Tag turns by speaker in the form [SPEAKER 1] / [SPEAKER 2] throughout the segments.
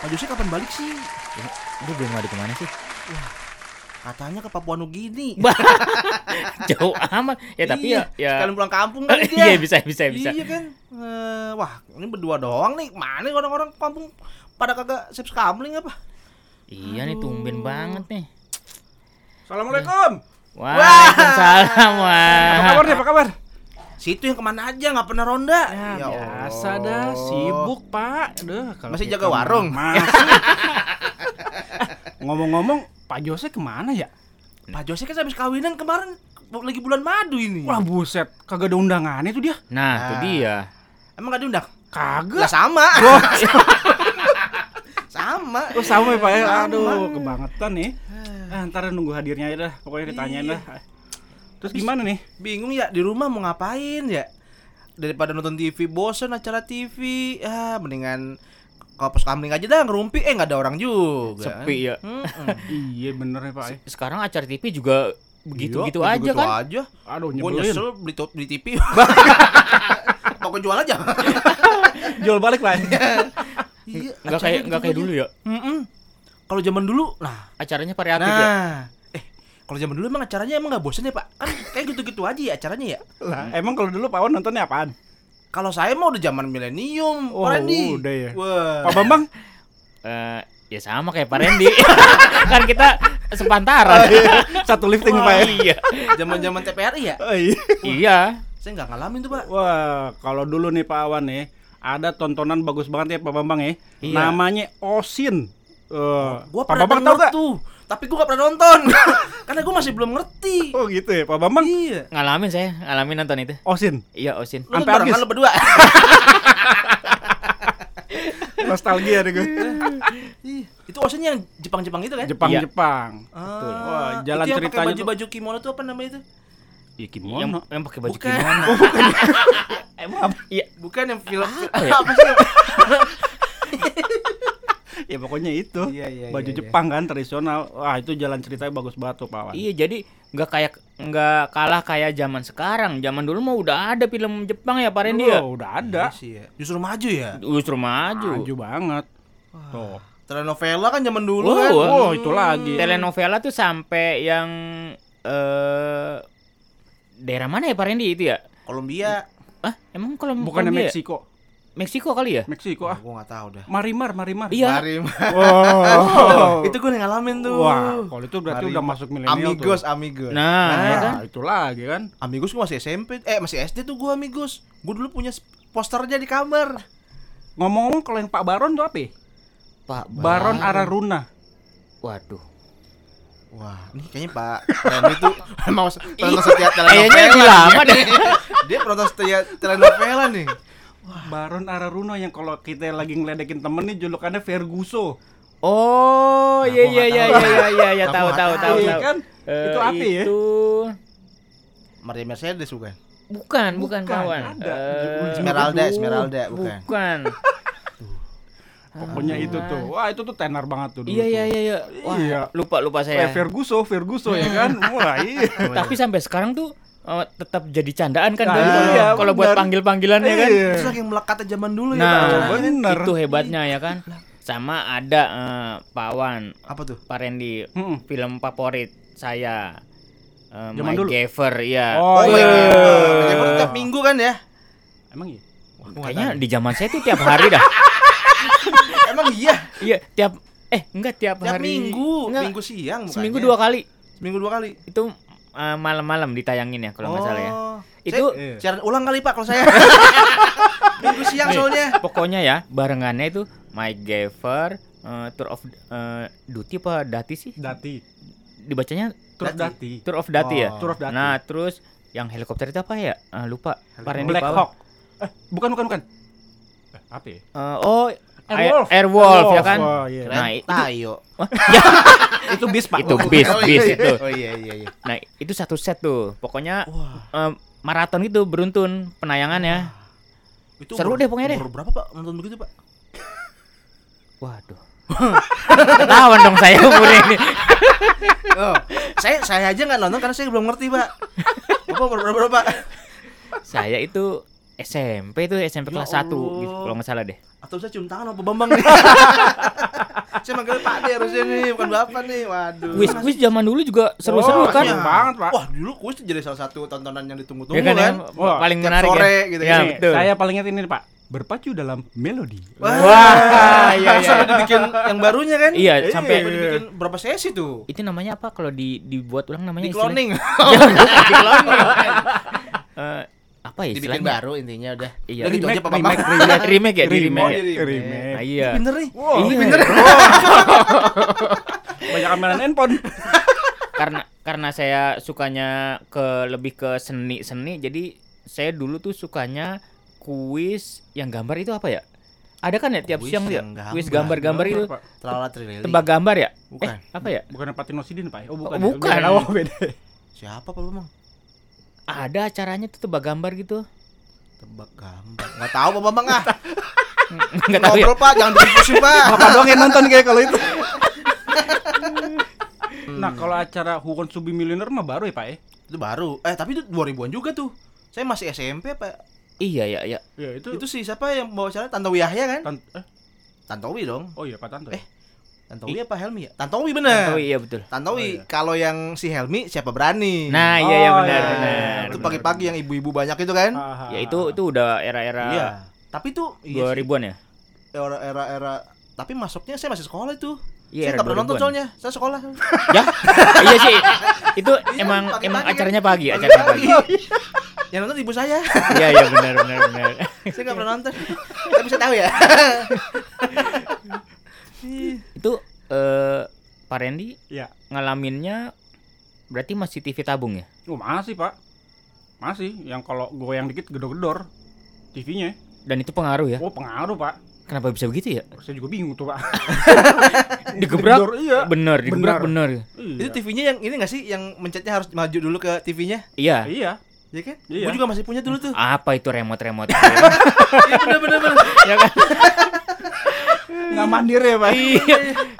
[SPEAKER 1] Pak Jose kapan balik sih?
[SPEAKER 2] Dia belum ada kemana sih?
[SPEAKER 1] Katanya ke Papua Nugini.
[SPEAKER 2] Jauh amat. Ya tapi
[SPEAKER 1] Iya,
[SPEAKER 2] ya.
[SPEAKER 1] sekalian pulang kampung kan dia.
[SPEAKER 2] Iya bisa.
[SPEAKER 1] Iya kan. Wah, ini berdua doang nih. Mana orang-orang kampung pada kagak sip kamling apa?
[SPEAKER 2] Iya nih tumben banget nih.
[SPEAKER 3] Assalamualaikum.
[SPEAKER 2] Waalaikumsalam. Wah.
[SPEAKER 3] Apa kabar nih? Apa kabar?
[SPEAKER 1] Situ yang kemana aja nggak pernah ronda.
[SPEAKER 3] Ya biasa dah, sibuk Pak. Aduh, kalau
[SPEAKER 1] Masih
[SPEAKER 3] kita
[SPEAKER 1] jaga warung?
[SPEAKER 3] Masih. Ngomong-ngomong, Pak Jose kemana ya?
[SPEAKER 1] Pak Jose kan habis kawinan kemarin lagi bulan madu ini.
[SPEAKER 3] Wah buset, kagak ada undangannya tuh dia.
[SPEAKER 2] Nah, itu dia.
[SPEAKER 1] Emang gak diundang?
[SPEAKER 3] Kagak.
[SPEAKER 1] Lah sama. Sama.
[SPEAKER 3] Oh sama ya Pak ya.
[SPEAKER 1] Sama.
[SPEAKER 3] Aduh, kebangetan nih. Ntar nunggu hadirnya aja dah. Pokoknya ditanyain dah. Terus gimana nih?
[SPEAKER 1] Bingung ya di rumah mau ngapain ya? Daripada nonton TV bosen acara TV, mendingan ke pos kamling aja dah ngerumpi. Nggak ada orang juga.
[SPEAKER 2] Sepi ya.
[SPEAKER 3] Iya bener ya Pak ya.
[SPEAKER 2] Sekarang acara TV juga begitu-begitu
[SPEAKER 1] Iya,
[SPEAKER 2] aja kan.
[SPEAKER 1] aja.
[SPEAKER 3] Aduh
[SPEAKER 1] Gue
[SPEAKER 3] nyebelin.
[SPEAKER 1] nyesel beli TV. Pokoknya jual aja.
[SPEAKER 3] Jual balik lah.
[SPEAKER 1] Iya,
[SPEAKER 2] Enggak kayak dulu ya.
[SPEAKER 1] Kalau zaman dulu,
[SPEAKER 2] Acaranya variatif ya.
[SPEAKER 1] Kalau zaman dulu emang acaranya emang nggak bosen ya Pak? Kan kayak gitu-gitu aja ya acaranya ya.
[SPEAKER 3] Lah, emang kalau dulu Pak Wan nontonnya apaan?
[SPEAKER 1] Kalau saya mau udah zaman milenium,
[SPEAKER 3] Oh,
[SPEAKER 1] Pak Randy.
[SPEAKER 3] udah ya.
[SPEAKER 1] Wah.
[SPEAKER 3] Pak Bambang?
[SPEAKER 2] Ya sama kayak Pak Randy. Kan kita sepantaran.
[SPEAKER 3] Satu lifting Pak ya.
[SPEAKER 2] Iya.
[SPEAKER 1] Zaman-zaman TPRI ya?
[SPEAKER 3] Oh, iya.
[SPEAKER 2] Iya.
[SPEAKER 1] Saya nggak ngalamin tuh Pak.
[SPEAKER 3] Wah, kalau dulu nih Pak Awan nih, ada tontonan bagus banget ya Pak Bambang ya.
[SPEAKER 2] Iya.
[SPEAKER 3] Namanya Osin.
[SPEAKER 1] Gua
[SPEAKER 3] Pak
[SPEAKER 1] pernah
[SPEAKER 3] Bambang tahu
[SPEAKER 1] denger
[SPEAKER 3] gak?
[SPEAKER 1] tuh, tapi gua gak pernah nonton. Karena gua masih belum ngerti.
[SPEAKER 3] Oh gitu ya Pak Bambang.
[SPEAKER 1] Iya.
[SPEAKER 2] Ngalamin nonton itu.
[SPEAKER 3] Osin.
[SPEAKER 2] Iya, Osin.
[SPEAKER 1] Lu
[SPEAKER 3] Sampai
[SPEAKER 1] barengan
[SPEAKER 3] habis.
[SPEAKER 1] lu berdua.
[SPEAKER 3] Nostalgia deh gue.
[SPEAKER 1] Ih, itu Osin yang Jepang-Jepang itu kan?
[SPEAKER 3] Jepang-Jepang.
[SPEAKER 1] Betul.
[SPEAKER 3] Wah, jalan
[SPEAKER 1] itu yang
[SPEAKER 3] ceritanya
[SPEAKER 1] pakai
[SPEAKER 3] tuh.
[SPEAKER 1] baju-baju kimono tuh apa namanya itu?
[SPEAKER 3] Iya kimono.
[SPEAKER 2] Yang pakai baju
[SPEAKER 1] Bukan.
[SPEAKER 2] kimono.
[SPEAKER 1] Emang apa?
[SPEAKER 2] Iya.
[SPEAKER 1] Bukan yang film
[SPEAKER 2] ya?
[SPEAKER 1] apa sih?
[SPEAKER 3] Ya pokoknya itu.
[SPEAKER 1] Iya,
[SPEAKER 3] Baju
[SPEAKER 1] iya.
[SPEAKER 3] Jepang kan tradisional. Wah, itu jalan ceritanya bagus banget tuh Pak Awan.
[SPEAKER 2] Iya, jadi nggak kalah kayak zaman sekarang. Zaman dulu mah udah ada film Jepang ya, Pak Randy ya.
[SPEAKER 3] Oh, udah ada.
[SPEAKER 1] Iya sih ya. Justru maju ya.
[SPEAKER 2] Justru maju.
[SPEAKER 3] Maju banget. Tuh.
[SPEAKER 1] Telenovela kan zaman dulu
[SPEAKER 2] Wow,
[SPEAKER 1] kan.
[SPEAKER 3] Oh, itu lagi.
[SPEAKER 2] Telenovela tuh sampai yang daerah mana ya Pak Randy itu ya?
[SPEAKER 1] Kolombia.
[SPEAKER 2] Emang kalau
[SPEAKER 3] Bukannya
[SPEAKER 2] Kolombia ya?
[SPEAKER 3] Meksiko.
[SPEAKER 2] Meksiko kali ya?
[SPEAKER 3] Meksiko ah.
[SPEAKER 1] Gua enggak tahu dah.
[SPEAKER 3] Marimar.
[SPEAKER 2] Iya.
[SPEAKER 1] Mari.
[SPEAKER 3] Wow.
[SPEAKER 1] Itu gue ngalamin tuh.
[SPEAKER 3] Wah, kalau itu berarti
[SPEAKER 1] Mari.
[SPEAKER 3] udah masuk milenial
[SPEAKER 1] Amigos,
[SPEAKER 3] tuh.
[SPEAKER 1] Amigos.
[SPEAKER 2] Nah, ya kan?
[SPEAKER 3] Nah, itu lagi kan.
[SPEAKER 1] Amigos gua masih SMP. Masih SD tuh gua Amigos. Gua dulu punya posternya di kamar.
[SPEAKER 3] Ngomong-ngomong kalau yang Pak Baron tuh apa ya?
[SPEAKER 2] Pak
[SPEAKER 3] Baron Araruna.
[SPEAKER 2] Waduh.
[SPEAKER 1] Wah, ini kayaknya Pak Randy tuh emang penonton setia
[SPEAKER 2] Kayaknya
[SPEAKER 1] telenovela.
[SPEAKER 2] lebih lama deh.
[SPEAKER 1] Dia penonton setia telenovela nih.
[SPEAKER 3] Baron Araruna yang kalau kita lagi ngeledekin temen nih julukannya Ferguso.
[SPEAKER 2] Oh,
[SPEAKER 1] Nah,
[SPEAKER 2] iya
[SPEAKER 1] gua nggak
[SPEAKER 2] iya tahu.
[SPEAKER 3] Iya kan? Itu apa ya?
[SPEAKER 2] Itu
[SPEAKER 1] Maria Mercedes bukan?
[SPEAKER 2] bukan kawan.
[SPEAKER 3] ada.
[SPEAKER 1] Esmeralda bukan.
[SPEAKER 2] Bukan.
[SPEAKER 3] Pokoknya itu tuh. Wah, itu tuh tenar banget tuh dulu.
[SPEAKER 2] Iya. Wah,
[SPEAKER 3] Iya.
[SPEAKER 2] lupa saya.
[SPEAKER 3] Ferguso ya kan. Wah, iya.
[SPEAKER 2] Tapi sampai sekarang tuh tetap jadi candaan kan
[SPEAKER 3] Nah,
[SPEAKER 2] dulu
[SPEAKER 3] iya,
[SPEAKER 2] kalau buat
[SPEAKER 3] benar.
[SPEAKER 2] panggil-panggilannya kan.
[SPEAKER 3] Iya.
[SPEAKER 1] Itu saking melekatnya zaman dulu ya
[SPEAKER 2] Nah,
[SPEAKER 1] Pak.
[SPEAKER 3] bener.
[SPEAKER 2] itu hebatnya ya kan. Sama ada Pak Wan,
[SPEAKER 1] Apa tuh?
[SPEAKER 2] Pak Randy,
[SPEAKER 3] Mm-mm.
[SPEAKER 2] film favorit saya.
[SPEAKER 3] Zaman
[SPEAKER 2] Mike
[SPEAKER 3] dulu?
[SPEAKER 2] Gaffer, ya.
[SPEAKER 3] Oh,
[SPEAKER 1] iya.
[SPEAKER 3] iya.
[SPEAKER 1] Baru tiap minggu kan ya?
[SPEAKER 3] Emang iya?
[SPEAKER 2] Kayaknya di zaman saya tuh tiap hari dah.
[SPEAKER 1] Emang iya.
[SPEAKER 2] Iya, tiap
[SPEAKER 1] Tiap
[SPEAKER 2] hari.
[SPEAKER 1] minggu,
[SPEAKER 2] Enggak,
[SPEAKER 1] minggu siang bukannya?
[SPEAKER 2] seminggu 2 kali.
[SPEAKER 1] Seminggu 2 kali.
[SPEAKER 2] Itu malam-malam ditayangin ya kalau nggak salah ya.
[SPEAKER 1] Itu
[SPEAKER 3] Iya.
[SPEAKER 1] siaran ulang kali Pak kalau saya. Minggu siang soalnya.
[SPEAKER 2] Pokoknya ya, barengannya itu Mike Gaffer, Tour of Duty apa Dati sih?
[SPEAKER 3] Dati.
[SPEAKER 2] Dibacanya
[SPEAKER 3] Tour Dati.
[SPEAKER 2] Tour of Dati ya.
[SPEAKER 1] Oh.
[SPEAKER 3] Tour of Dati.
[SPEAKER 2] Nah, terus yang helikopter itu apa ya? Lupa. Pak Randy
[SPEAKER 3] Black
[SPEAKER 2] tahu.
[SPEAKER 3] Hawk. Bukan. Apa ya?
[SPEAKER 2] Airwolf
[SPEAKER 3] Airwolf,
[SPEAKER 2] ya kan?
[SPEAKER 3] oh, iya.
[SPEAKER 2] Nah,
[SPEAKER 1] Tayo.
[SPEAKER 3] Itu bis Pak.
[SPEAKER 2] itu bis itu.
[SPEAKER 1] Oh iya.
[SPEAKER 2] Nah, itu satu set tuh. Pokoknya
[SPEAKER 1] Wah,
[SPEAKER 2] maraton itu beruntun penayangannya.
[SPEAKER 1] itu
[SPEAKER 2] Seru deh pokoknya deh.
[SPEAKER 1] Umur berapa Pak nonton begitu Pak?
[SPEAKER 2] Waduh. Ketahuan dong saya umurnya ini.
[SPEAKER 1] Oh, saya aja nggak nonton karena saya belum ngerti Pak. Bapak umur berapa Pak?
[SPEAKER 2] Saya itu SMP tuh, SMP
[SPEAKER 1] Ya
[SPEAKER 2] kelas 1
[SPEAKER 1] Allah.
[SPEAKER 2] gitu kalau nggak salah deh.
[SPEAKER 1] Atau saya cium tangan sama Bambang nih. Saya manggil Pak De harusnya nih, bukan Bapak nih. Waduh.
[SPEAKER 2] Kuis zaman dulu juga seru-seru kan.
[SPEAKER 3] seru banget, Pak.
[SPEAKER 1] Wah, dulu kuis jadi salah satu tontonan yang ditunggu-tunggu
[SPEAKER 2] Ya kan,
[SPEAKER 1] kan.
[SPEAKER 2] yang
[SPEAKER 3] Wah,
[SPEAKER 2] paling
[SPEAKER 1] tiap
[SPEAKER 2] menarik
[SPEAKER 1] sore
[SPEAKER 2] ya.
[SPEAKER 1] gitu
[SPEAKER 2] Ya,
[SPEAKER 1] kan.
[SPEAKER 2] betul.
[SPEAKER 3] Saya paling ingat ini, Pak. Berpacu dalam melodi.
[SPEAKER 2] Wah, iya iya.
[SPEAKER 1] Sampai dibikin yang barunya kan.
[SPEAKER 2] Iya,
[SPEAKER 1] Sampai
[SPEAKER 2] sampai
[SPEAKER 1] dibikin berapa sesi tuh?
[SPEAKER 2] itu namanya apa kalau dibuat ulang namanya
[SPEAKER 1] Di cloning.
[SPEAKER 2] istilahnya? Di cloning. Apa ya
[SPEAKER 1] Dibikin
[SPEAKER 2] istilahnya?
[SPEAKER 1] baru intinya udah.
[SPEAKER 2] Iya.
[SPEAKER 1] Udah gitu aja Pak Bambang.
[SPEAKER 2] Remake ya, di
[SPEAKER 3] Remake.
[SPEAKER 2] remake.
[SPEAKER 3] Remake.
[SPEAKER 2] Ah, iya.
[SPEAKER 1] Bener nih.
[SPEAKER 3] Wow,
[SPEAKER 2] Iya.
[SPEAKER 1] Bener.
[SPEAKER 3] Banyak mainan handphone.
[SPEAKER 2] Karena saya sukanya lebih ke seni, jadi saya dulu tuh sukanya kuis yang gambar itu apa ya? Ada kan ya tiap
[SPEAKER 1] Kuis
[SPEAKER 2] siang ya?
[SPEAKER 1] yang gambar.
[SPEAKER 2] Kuis gambar-gambar itu.
[SPEAKER 3] Pak.
[SPEAKER 1] Tralala Trilili.
[SPEAKER 2] Tebak gambar ya?
[SPEAKER 1] Bukan.
[SPEAKER 2] Apa ya?
[SPEAKER 3] Bukan Patinosidin, Pak. Oh, bukan.
[SPEAKER 2] Oh, bukan.
[SPEAKER 3] Oh, beda.
[SPEAKER 1] Siapa Pak Bambang?
[SPEAKER 2] Ada acaranya tuh tebak gambar gitu.
[SPEAKER 1] Tebak gambar. Enggak tahu Pak Bambang ah.
[SPEAKER 2] Enggak tahu ya.
[SPEAKER 1] Ngobrol Pak, jangan bikin pusing Pak.
[SPEAKER 3] Bapak doang yang nonton kayak kalau itu. Nah, kalau acara Who Wants to Be Millionaire mah baru ya, Pak ya?
[SPEAKER 1] Itu baru. Tapi itu 2000-an juga tuh. Saya masih SMP apa?
[SPEAKER 2] Iya ya ya.
[SPEAKER 3] Ya, itu
[SPEAKER 1] Itu sih siapa yang bawa acara? Tantowi Yahya kan?
[SPEAKER 3] Tantowi.
[SPEAKER 1] Tantowi dong.
[SPEAKER 3] Oh iya, Pak Tanto.
[SPEAKER 1] Tantowi apa Helmi ya? Tantowi bener.
[SPEAKER 2] Oh iya betul.
[SPEAKER 1] Tantowi.
[SPEAKER 3] Oh, iya.
[SPEAKER 1] Kalau yang si Helmi siapa berani?
[SPEAKER 2] Nah, iya ya
[SPEAKER 3] Oh,
[SPEAKER 2] benar
[SPEAKER 3] iya.
[SPEAKER 2] benar.
[SPEAKER 1] itu
[SPEAKER 3] benar,
[SPEAKER 1] pagi-pagi yang ibu-ibu banyak itu kan?
[SPEAKER 2] Ya itu udah era-era
[SPEAKER 1] Iya. Tapi tuh iya sih.
[SPEAKER 2] 2000-an ya?
[SPEAKER 1] Era tapi masuknya saya masih sekolah itu.
[SPEAKER 2] Iya,
[SPEAKER 1] Saya
[SPEAKER 2] era
[SPEAKER 1] nggak pernah nonton
[SPEAKER 2] 2000-an.
[SPEAKER 1] soalnya. Saya sekolah.
[SPEAKER 2] Ya? Iya sih. Itu
[SPEAKER 1] Iya,
[SPEAKER 2] emang
[SPEAKER 1] pagi-pagi
[SPEAKER 2] acaranya
[SPEAKER 1] kan?
[SPEAKER 2] pagi, acaranya pagi.
[SPEAKER 1] Yang nonton ibu saya.
[SPEAKER 2] Iya iya benar benar benar.
[SPEAKER 1] Saya nggak pernah nonton. Tapi saya tahu ya.
[SPEAKER 2] Itu Pak Randy
[SPEAKER 3] Iya.
[SPEAKER 2] ngalaminnya berarti masih TV tabung ya?
[SPEAKER 3] Oh, masih, Pak. Masih. Yang kalau goyang dikit gedor-gedor TV-nya.
[SPEAKER 2] Dan itu pengaruh ya?
[SPEAKER 3] Oh, pengaruh, Pak.
[SPEAKER 2] Kenapa bisa begitu ya?
[SPEAKER 3] Saya juga bingung tuh, Pak.
[SPEAKER 2] Digebrak?
[SPEAKER 3] Gedor, iya.
[SPEAKER 2] Bener, digebrak bener.
[SPEAKER 1] Itu
[SPEAKER 3] Iya.
[SPEAKER 1] TV-nya yang ini nggak sih? Yang mencetnya harus maju dulu ke TV-nya?
[SPEAKER 2] Iya.
[SPEAKER 3] Iya.
[SPEAKER 1] Ya kan?
[SPEAKER 3] Iya.
[SPEAKER 1] Gue juga masih punya dulu tuh.
[SPEAKER 2] Apa itu remote-remote?
[SPEAKER 1] Iya bener.
[SPEAKER 2] Ya kan?
[SPEAKER 3] Nggak mandiri ya, Pak.
[SPEAKER 2] Iya.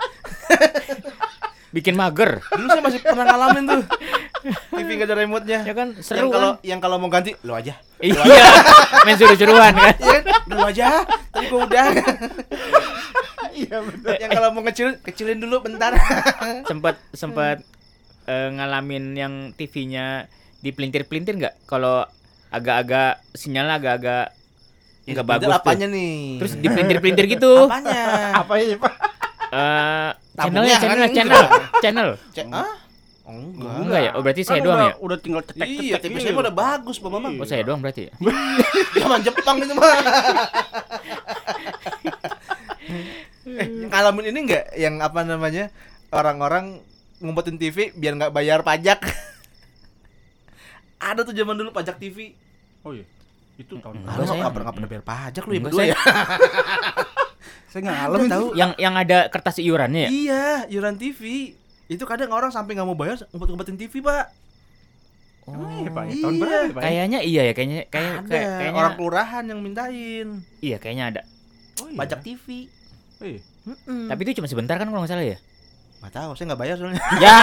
[SPEAKER 2] Bikin mager.
[SPEAKER 1] Dulu saya masih pernah ngalamin tuh. TV gak ada remote-nya.
[SPEAKER 2] Ya kan seru
[SPEAKER 1] Yang
[SPEAKER 2] kan?
[SPEAKER 1] kalau mau ganti lo aja.
[SPEAKER 2] Iya. Main suruh-suruhan kan?
[SPEAKER 1] Iya kan? Lo aja. Tadi gua udah.
[SPEAKER 3] Iya, betul.
[SPEAKER 1] Yang kalau mau kecilin dulu bentar.
[SPEAKER 2] Sempat ngalamin yang TV-nya dipelintir-pelintir nggak? Kalau agak-agak sinyalnya agak-agak nggak bagus tuh.
[SPEAKER 1] Apanya nih?
[SPEAKER 2] Terus dipelintir-pelintir gitu.
[SPEAKER 1] Apanya?
[SPEAKER 3] Apa ya, Pak?
[SPEAKER 1] Tabungnya kan
[SPEAKER 2] Channel.
[SPEAKER 1] Ah? Oh,
[SPEAKER 2] Enggak ya? Oh berarti saya
[SPEAKER 3] Kan
[SPEAKER 2] doang ya?
[SPEAKER 3] Udah tinggal cetek-cetek.
[SPEAKER 1] Iya, TV saya mah udah bagus, Pak Mamang.
[SPEAKER 2] Oh saya doang berarti ya?
[SPEAKER 1] Zaman Jepang itu mah. Yang ngalamin ini enggak yang apa namanya? Orang-orang ngumpetin TV biar enggak bayar pajak. Ada tuh zaman dulu pajak TV.
[SPEAKER 3] Oh iya. Itu tahun
[SPEAKER 2] Enggak,
[SPEAKER 1] Lu
[SPEAKER 2] saya
[SPEAKER 1] enggak pernah bayar pajak lu ya
[SPEAKER 2] Enggak,
[SPEAKER 1] berdua ya?
[SPEAKER 3] Saya nggak ngalamin
[SPEAKER 1] tahu.
[SPEAKER 2] Yang ada kertas iurannya ya?
[SPEAKER 1] Iya, iuran TV. Itu kadang orang sampai nggak mau bayar ngumpet-ngumpetin TV, Pak.
[SPEAKER 3] Iya, Pak.
[SPEAKER 1] Iya.
[SPEAKER 3] Tahun berapa, Pak?
[SPEAKER 2] Kayaknya iya ya, kayaknya
[SPEAKER 1] Ada orang kelurahan yang mintain
[SPEAKER 2] iya kayaknya ada.
[SPEAKER 3] Oh, iya.
[SPEAKER 1] pajak TV.
[SPEAKER 3] Oh, iya.
[SPEAKER 2] Tapi itu cuma sebentar kan kalau nggak salah ya?
[SPEAKER 1] Nggak tahu, saya nggak bayar soalnya.
[SPEAKER 2] Ya.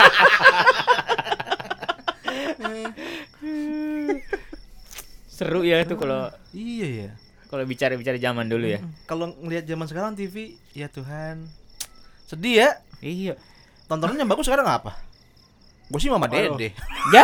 [SPEAKER 2] Seru ya itu
[SPEAKER 1] Iya ya.
[SPEAKER 2] kalau bicara-bicara zaman dulu ya.
[SPEAKER 1] Kalau ngelihat zaman sekarang TV, ya Tuhan. Sedih ya.
[SPEAKER 2] Iya.
[SPEAKER 1] Tontonan yang bagus sekarang apa? Gue sih Mama
[SPEAKER 3] Waduh.
[SPEAKER 1] Dede.
[SPEAKER 2] Ya.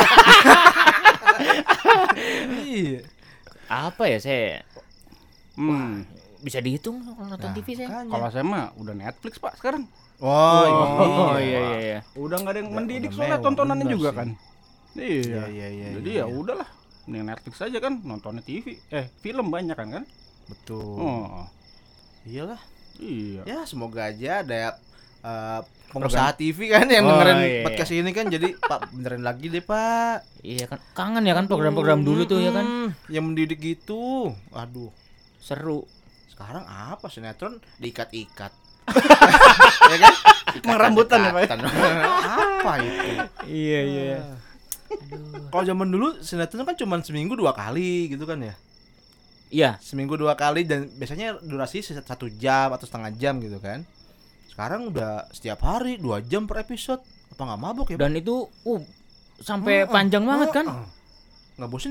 [SPEAKER 1] Iya.
[SPEAKER 2] Apa ya saya bisa dihitung kalau nonton
[SPEAKER 1] Nah,
[SPEAKER 2] TV saya.
[SPEAKER 1] makanya.
[SPEAKER 3] Kalau saya mah udah Netflix, Pak, sekarang.
[SPEAKER 1] Oh,
[SPEAKER 2] iya.
[SPEAKER 3] Udah nggak ada yang mendidik
[SPEAKER 1] udah
[SPEAKER 3] soalnya
[SPEAKER 1] mewah,
[SPEAKER 3] tontonannya
[SPEAKER 1] bener
[SPEAKER 3] juga
[SPEAKER 1] sih.
[SPEAKER 3] kan. Iya.
[SPEAKER 1] Iya.
[SPEAKER 3] Jadi ya udahlah. Mending Netflix aja kan, nontonnya TV. Film banyak kan?
[SPEAKER 1] Betul.
[SPEAKER 3] Oh.
[SPEAKER 1] Iyalah.
[SPEAKER 3] Iya.
[SPEAKER 1] Ya semoga aja ada pengusaha TV kan yang
[SPEAKER 2] Oh,
[SPEAKER 1] dengerin
[SPEAKER 2] iya.
[SPEAKER 1] podcast ini kan, jadi Pak benerin lagi deh Pak.
[SPEAKER 2] Iya kan kangen ya kan program-program dulu tuh ya kan.
[SPEAKER 1] Yang mendidik gitu. Aduh.
[SPEAKER 2] Seru.
[SPEAKER 1] Sekarang apa sinetron diikat-ikat. Ya kan?
[SPEAKER 3] Emang rambutan ya, Pak?
[SPEAKER 1] Ikat-ikatan. Apa itu?
[SPEAKER 2] Iya.
[SPEAKER 1] Kalau zaman dulu sinetron kan cuma seminggu 2 kali gitu kan ya.
[SPEAKER 2] Iya.
[SPEAKER 1] Seminggu 2 kali dan biasanya durasi 1 jam atau setengah jam gitu kan. Sekarang udah setiap hari 2 jam per episode. Apa nggak mabok ya?
[SPEAKER 2] Dan itu sampai panjang banget kan?
[SPEAKER 1] Nggak bosen ya?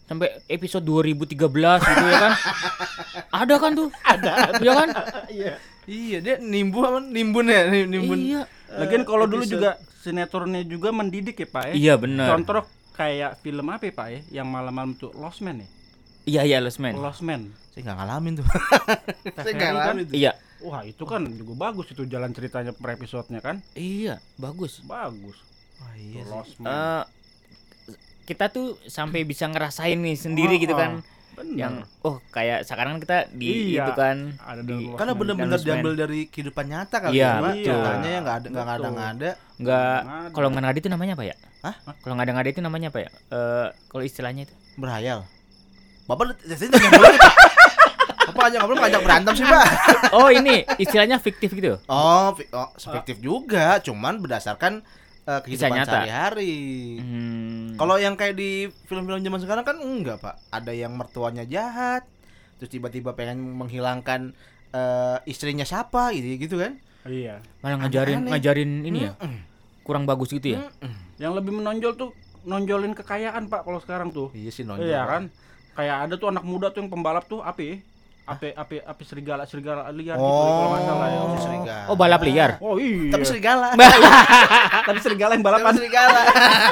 [SPEAKER 2] sampai episode 2013 gitu ya kan. Ada kan tuh? Ada. Iya kan?
[SPEAKER 1] Iya, dia nimbun ya, nimbun.
[SPEAKER 2] Iya.
[SPEAKER 3] Lagian kalau dulu
[SPEAKER 1] episode.
[SPEAKER 3] juga sinetronnya juga mendidik ya Pak ya.
[SPEAKER 2] Iya benar.
[SPEAKER 3] Contoh kayak film apa ya Pak ya, yang malam-malam tuh Lost Man ya.
[SPEAKER 2] Iya Lost Man.
[SPEAKER 3] Lost Man.
[SPEAKER 1] Saya nggak ngalamin tuh. Saya nggak ngalamin tuh.
[SPEAKER 2] Iya.
[SPEAKER 3] Wah itu kan juga bagus itu jalan ceritanya per episodenya kan.
[SPEAKER 2] Iya, bagus.
[SPEAKER 3] Bagus.
[SPEAKER 1] Wah, iya sih.
[SPEAKER 3] Lost Man.
[SPEAKER 2] Kita tuh sampai bisa ngerasain nih sendiri gitu kan.
[SPEAKER 3] Bener.
[SPEAKER 2] Yang kayak sekarang kita di
[SPEAKER 3] Iya.
[SPEAKER 2] itu kan
[SPEAKER 3] Ada
[SPEAKER 2] di,
[SPEAKER 3] dalam
[SPEAKER 1] Karena
[SPEAKER 3] Lost Man.
[SPEAKER 1] benar-benar
[SPEAKER 2] Lost Man.
[SPEAKER 1] diambil dari kehidupan nyata kali
[SPEAKER 2] Iya,
[SPEAKER 1] ya, Pak.
[SPEAKER 2] betul.
[SPEAKER 1] Ceritanya ya nggak
[SPEAKER 3] Betul.
[SPEAKER 1] ada.
[SPEAKER 2] nggak
[SPEAKER 3] Ada.
[SPEAKER 2] kalau nggak ada itu namanya apa ya?
[SPEAKER 1] Hah?
[SPEAKER 2] Kalau nggak ada itu namanya apa ya? Kalau istilahnya itu.
[SPEAKER 1] Berhayal. Bapak jadi tanya mulu. Bapak ngajak berantem sih, Pak.
[SPEAKER 2] Oh, ini istilahnya fiktif gitu.
[SPEAKER 1] Oh, subjektif juga, cuman berdasarkan
[SPEAKER 2] Kisah
[SPEAKER 1] kehidupan
[SPEAKER 2] nyata.
[SPEAKER 1] sehari-hari. Kalau yang kayak di film-film zaman sekarang kan enggak, Pak. Ada yang mertuanya jahat, terus tiba-tiba pengen menghilangkan istrinya siapa gitu kan.
[SPEAKER 3] Iya.
[SPEAKER 2] Malah
[SPEAKER 1] Aneh-aneh.
[SPEAKER 2] ngajarin ini ya. Kurang bagus gitu ya.
[SPEAKER 3] Yang lebih menonjol tuh nonjolin kekayaan Pak kalau sekarang tuh.
[SPEAKER 1] Iya sih nonjol.
[SPEAKER 3] Iya kan? Kayak ada tuh anak muda tuh yang pembalap tuh api serigala liar gitu kalau nggak salah ya.
[SPEAKER 1] Oh, serigala.
[SPEAKER 2] Oh, balap liar.
[SPEAKER 3] Oh iya.
[SPEAKER 1] Tapi serigala.
[SPEAKER 3] Tapi serigala yang balapan.
[SPEAKER 1] Tapi serigala.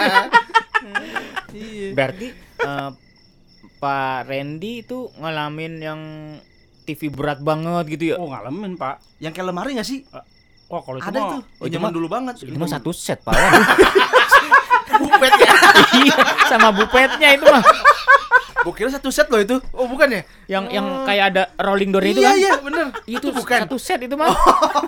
[SPEAKER 1] Iya.
[SPEAKER 2] Berarti Pak Randy itu ngalamin yang TV berat banget gitu ya.
[SPEAKER 3] Oh ngalamin Pak.
[SPEAKER 1] Yang kayak lemari enggak sih?
[SPEAKER 3] Oh kalau itu
[SPEAKER 1] Ada
[SPEAKER 3] mah
[SPEAKER 1] tuh.
[SPEAKER 2] Oh, itu
[SPEAKER 1] Zaman
[SPEAKER 2] mah-
[SPEAKER 1] dulu banget.
[SPEAKER 2] Itu mah satu set, Pak.
[SPEAKER 1] Bupet ya.
[SPEAKER 2] Iya, sama bupetnya itu mah.
[SPEAKER 1] Gua kira satu set loh itu. Oh, bukan ya?
[SPEAKER 2] Yang kayak ada rolling door itu
[SPEAKER 1] Iya,
[SPEAKER 2] kan.
[SPEAKER 1] iya, bener.
[SPEAKER 2] Itu
[SPEAKER 1] bukan.
[SPEAKER 2] satu set itu mah.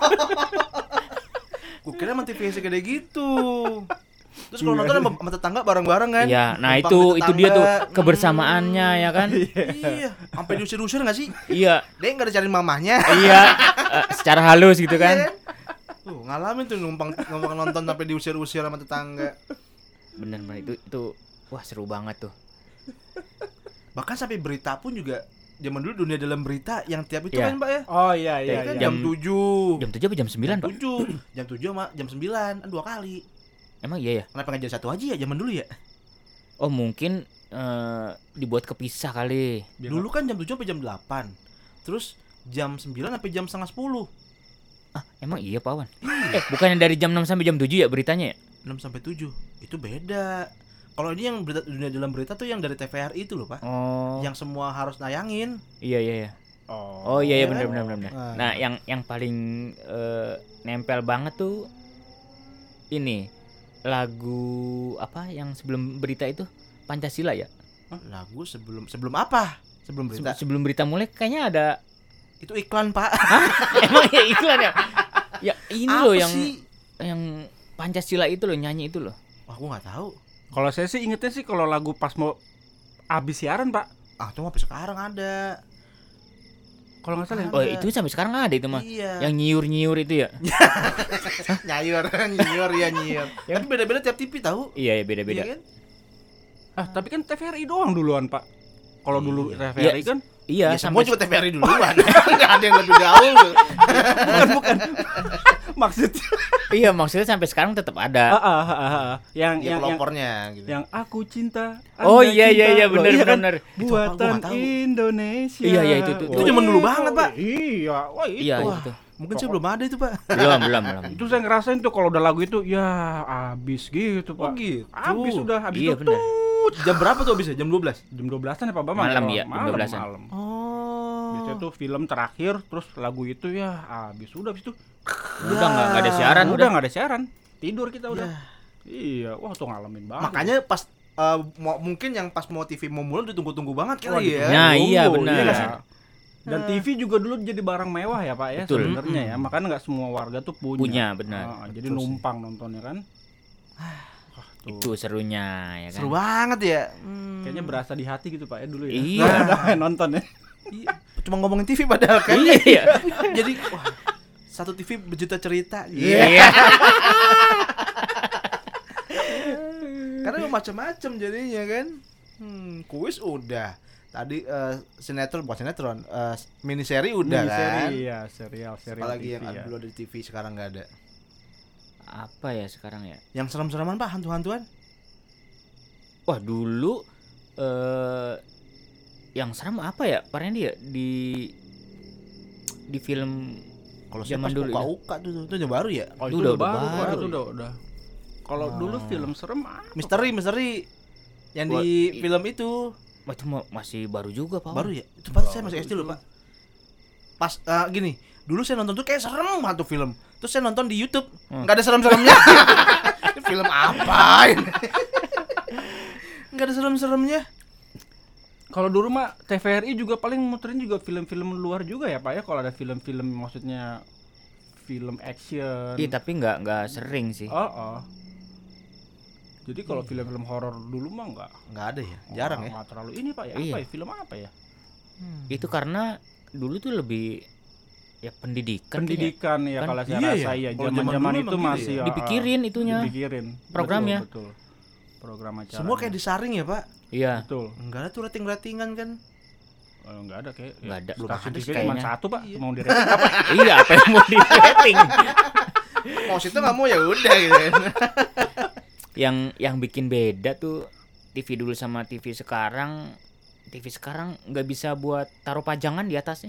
[SPEAKER 1] Gua kira emang TV segede gitu. Terus kalau nonton sama tetangga bareng-bareng kan?
[SPEAKER 2] Iya, nah
[SPEAKER 1] Numpang
[SPEAKER 2] itu dia tuh
[SPEAKER 1] tetangga.
[SPEAKER 2] kebersamaannya ya kan.
[SPEAKER 1] Iya, sampai diusir-usir enggak sih?
[SPEAKER 2] Iya,
[SPEAKER 1] Dia enggak dicariin mamahnya.
[SPEAKER 2] iya, secara halus gitu
[SPEAKER 1] Iya
[SPEAKER 2] kan.
[SPEAKER 1] Tuh, ngalamin tuh numpang nonton sampai diusir-usir sama tetangga.
[SPEAKER 2] Bener itu wah seru banget tuh.
[SPEAKER 1] Bahkan sampai berita pun juga zaman dulu dunia dalam berita yang tiap itu
[SPEAKER 2] Iya.
[SPEAKER 1] kan, Pak ya?
[SPEAKER 3] Oh iya iya
[SPEAKER 1] Kan
[SPEAKER 3] iya.
[SPEAKER 1] jam 7.
[SPEAKER 2] Jam 7 apa jam 9, Pak?
[SPEAKER 1] 7. Jam 7 sama jam 9, kan 2 kali.
[SPEAKER 2] Emang iya ya?
[SPEAKER 1] Kenapa enggak jadi satu aja ya zaman dulu ya?
[SPEAKER 2] Oh, mungkin dibuat kepisah kali.
[SPEAKER 1] Dulu kan jam 7 sampai jam 8. Terus jam 9 sampai jam setengah 10.
[SPEAKER 2] Ah, emang iya, Pak Wan? Bukannya dari jam 6 sampai jam 7 ya beritanya ya?
[SPEAKER 1] 6 sampai 7. Itu beda. Kalau ini yang berita, dunia dalam berita tuh yang dari TVRI itu loh, Pak.
[SPEAKER 2] Oh.
[SPEAKER 1] Yang semua harus nayangin.
[SPEAKER 2] Iya.
[SPEAKER 3] Oh.
[SPEAKER 2] Oh iya
[SPEAKER 1] iya
[SPEAKER 2] benar
[SPEAKER 1] kan?
[SPEAKER 2] benar.
[SPEAKER 1] Nah.
[SPEAKER 2] Nah, yang paling nempel banget tuh ini lagu apa yang sebelum berita itu Pancasila ya?
[SPEAKER 1] Lagu sebelum apa? Sebelum berita.
[SPEAKER 2] Sebelum berita mulai kayaknya ada
[SPEAKER 1] Itu iklan, Pak.
[SPEAKER 2] emang ya iklan ya? Ya ini
[SPEAKER 1] Apa
[SPEAKER 2] loh yang
[SPEAKER 1] sih?
[SPEAKER 2] yang Pancasila itu loh nyanyi itu loh.
[SPEAKER 1] Wah, gua enggak tahu.
[SPEAKER 3] Kalau saya sih ingetnya sih kalau lagu pas mau habis siaran Pak.
[SPEAKER 1] Ah, tuh sampai sekarang ada.
[SPEAKER 3] Kalau nggak salah ya.
[SPEAKER 2] Oh, itu sampai sekarang ada itu mah.
[SPEAKER 1] Iya.
[SPEAKER 2] Yang nyiur-nyiur itu ya?
[SPEAKER 1] nyayur ya nyayur. Tapi beda-beda tiap TV tahu.
[SPEAKER 2] Iya, ya
[SPEAKER 1] Iya
[SPEAKER 2] beda-beda.
[SPEAKER 1] kan?
[SPEAKER 3] Ah tapi kan TVRI doang duluan Pak. Kalau dulu
[SPEAKER 1] Iya.
[SPEAKER 3] TVRI kan
[SPEAKER 2] Iya,
[SPEAKER 1] Ya, semua
[SPEAKER 2] sampai
[SPEAKER 1] juga TVRI duluan. Enggak ada yang lebih dahulu.
[SPEAKER 3] maksudnya
[SPEAKER 2] iya maksudnya sampai sekarang tetap ada.
[SPEAKER 3] yang
[SPEAKER 1] Ya
[SPEAKER 3] yang
[SPEAKER 1] pelopornya gitu.
[SPEAKER 3] yang aku cinta.
[SPEAKER 2] Oh
[SPEAKER 3] Anda
[SPEAKER 2] iya
[SPEAKER 3] cinta.
[SPEAKER 2] iya
[SPEAKER 3] Loh,
[SPEAKER 2] benar
[SPEAKER 3] iya kan?
[SPEAKER 2] benar.
[SPEAKER 1] Itu apa? Gua
[SPEAKER 3] Buatan
[SPEAKER 1] nggak tahu.
[SPEAKER 3] Indonesia.
[SPEAKER 2] Iya, iya, itu
[SPEAKER 3] Wah,
[SPEAKER 1] zaman dulu banget, Pak.
[SPEAKER 3] Iya, wah itu.
[SPEAKER 2] Iya
[SPEAKER 1] Wah.
[SPEAKER 2] itu.
[SPEAKER 1] Mungkin sih belum ada itu, Pak.
[SPEAKER 2] Belum.
[SPEAKER 3] Itu saya ngerasain tuh kalau udah lagu itu ya habis gitu, Pak.
[SPEAKER 1] gitu.
[SPEAKER 3] Habis udah habis
[SPEAKER 2] Iya,
[SPEAKER 3] itu
[SPEAKER 2] benar.
[SPEAKER 1] Jam berapa tuh habisnya? Jam 12.
[SPEAKER 3] jam 12-an ya Pak Bambang?
[SPEAKER 2] Malam,
[SPEAKER 3] Kalau
[SPEAKER 2] iya, jam 12-an.
[SPEAKER 3] malam.
[SPEAKER 1] Oh.
[SPEAKER 3] Biasanya tuh film terakhir terus lagu itu ya habis itu
[SPEAKER 2] Udah nggak ada siaran
[SPEAKER 3] udah
[SPEAKER 2] udah.
[SPEAKER 3] nggak ada siaran. Tidur kita udah.
[SPEAKER 1] Ya.
[SPEAKER 3] Iya, wah tuh ngalamin banget.
[SPEAKER 1] Makanya pas mungkin yang pas mau TV mau mulai ditunggu-tunggu banget
[SPEAKER 3] Wah,
[SPEAKER 1] kali ya.
[SPEAKER 2] Nah,
[SPEAKER 3] ditunggu,
[SPEAKER 2] iya, benar.
[SPEAKER 3] nggak sih? Dan TV juga dulu jadi barang mewah ya Pak ya
[SPEAKER 2] Betul.
[SPEAKER 3] sebenarnya ya. Makanya nggak semua warga tuh punya.
[SPEAKER 2] Punya, benar.
[SPEAKER 3] Jadi
[SPEAKER 1] Betul sih.
[SPEAKER 3] numpang nontonnya kan. Tuh.
[SPEAKER 2] Itu serunya ya kan.
[SPEAKER 1] Seru banget ya.
[SPEAKER 3] Kayaknya berasa di hati gitu Pak ya dulu ya.
[SPEAKER 2] Iya.
[SPEAKER 3] Nah, nonton ya.
[SPEAKER 1] Iya. Cuma ngomongin TV padahal kan.
[SPEAKER 2] Iya.
[SPEAKER 1] Jadi wah, satu TV berjuta cerita.
[SPEAKER 2] Iya.
[SPEAKER 1] Karena macam-macam jadinya kan. Kuis udah. Tadi sinetron bukan sinetron, mini seri udah kan.
[SPEAKER 3] Iya, serial
[SPEAKER 1] Apalagi yang
[SPEAKER 3] TV ya.
[SPEAKER 1] dulu ada di TV sekarang nggak ada.
[SPEAKER 2] Apa ya sekarang ya?
[SPEAKER 1] Yang serem-sereman Pak, hantu-hantuan?
[SPEAKER 2] Wah dulu yang serem apa ya Pak Randy ya di film
[SPEAKER 1] Kalau saya
[SPEAKER 2] zaman
[SPEAKER 1] pas
[SPEAKER 2] dulu ya.
[SPEAKER 1] uka-uka tuh udah baru ya.
[SPEAKER 3] Oh,
[SPEAKER 2] Itu
[SPEAKER 3] itu
[SPEAKER 2] udah
[SPEAKER 3] udah baru,
[SPEAKER 2] baru.
[SPEAKER 3] itu udah. Kalau dulu film serem apa?
[SPEAKER 1] Misteri yang
[SPEAKER 2] Wah,
[SPEAKER 1] di film itu
[SPEAKER 2] Wah, itu masih baru juga Pak.
[SPEAKER 1] baru ya. Itu pas saya masih SD loh, Pak. Pas gini, dulu saya nonton tuh kayak serem banget tuh film. Terus saya nonton di YouTube, nggak ada serem-seremnya. Ini film apa ini? Nggak ada serem-seremnya.
[SPEAKER 3] Kalau dulu mah TVRI juga paling muterin juga film-film luar juga ya Pak ya, kalau ada film-film maksudnya film action.
[SPEAKER 2] Iya, tapi nggak sering sih.
[SPEAKER 3] Oh. Jadi kalau film-film horor dulu mah
[SPEAKER 1] Nggak ada ya, jarang ya.
[SPEAKER 3] Nggak terlalu ini Pak ya.
[SPEAKER 2] Iya.
[SPEAKER 3] Apa ya? Film apa ya?
[SPEAKER 2] Itu karena dulu tuh lebih ya pendidikan.
[SPEAKER 3] Pendidikan ya
[SPEAKER 2] Kan-
[SPEAKER 3] kalau saya
[SPEAKER 1] iya
[SPEAKER 3] rasa
[SPEAKER 1] ya.
[SPEAKER 3] ya.
[SPEAKER 1] Kalau
[SPEAKER 3] Zaman-zaman
[SPEAKER 1] zaman dulu
[SPEAKER 3] itu
[SPEAKER 1] emang gitu
[SPEAKER 3] masih
[SPEAKER 1] ya.
[SPEAKER 2] Dipikirin itunya.
[SPEAKER 3] Dipikirin
[SPEAKER 2] Programnya.
[SPEAKER 3] Betul. Program acara.
[SPEAKER 1] Semua kayak disaring ya, Pak.
[SPEAKER 2] Iya.
[SPEAKER 3] betul.
[SPEAKER 1] Enggak ada tuh rating-ratingan kan.
[SPEAKER 3] Enggak ada kayak.
[SPEAKER 2] Nggak ada.
[SPEAKER 1] Belum
[SPEAKER 3] Stasiun
[SPEAKER 1] ada
[SPEAKER 3] TV
[SPEAKER 1] sih
[SPEAKER 3] cuma
[SPEAKER 2] kayaknya.
[SPEAKER 3] satu Pak.
[SPEAKER 1] Iya.
[SPEAKER 3] Mau di rating apa?
[SPEAKER 2] Iya, apa yang mau di rating?
[SPEAKER 1] Mau situ nggak mau ya udah gitu.
[SPEAKER 2] Yang bikin beda tuh TV dulu sama TV sekarang. TV sekarang nggak bisa buat taruh pajangan di atasnya.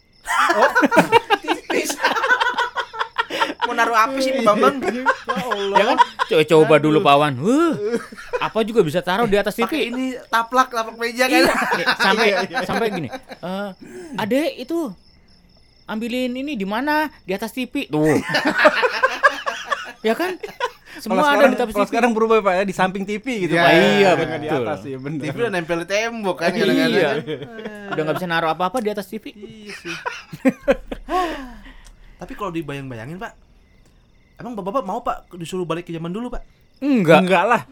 [SPEAKER 1] Tipis. Mau naruh apa sih Pak Bambang?
[SPEAKER 2] Ya kan? Coba dulu Pak Wan. Apa juga bisa taruh di atas
[SPEAKER 1] Pakai
[SPEAKER 2] TV.
[SPEAKER 1] ini taplak meja kan.
[SPEAKER 2] Sampai gini. Adek itu ambilin ini di mana? Di atas TV. Tuh. Ya kan? Semua ada di atas
[SPEAKER 3] Kalau
[SPEAKER 2] TV.
[SPEAKER 3] sekarang berubah Pak ya, di samping TV gitu
[SPEAKER 1] Iya,
[SPEAKER 3] Pak.
[SPEAKER 2] iya,
[SPEAKER 3] Bukan di
[SPEAKER 2] betul.
[SPEAKER 3] atas ya benar.
[SPEAKER 1] TV udah nempel di tembok kan
[SPEAKER 2] Iya.
[SPEAKER 1] kadang-kadang.
[SPEAKER 2] Udah nggak bisa naruh apa-apa di atas TV.
[SPEAKER 1] Iya sih. Tapi kalau dibayang-bayangin Pak, emang bapak mau Pak disuruh balik ke zaman dulu Pak?
[SPEAKER 2] Enggak
[SPEAKER 3] lah.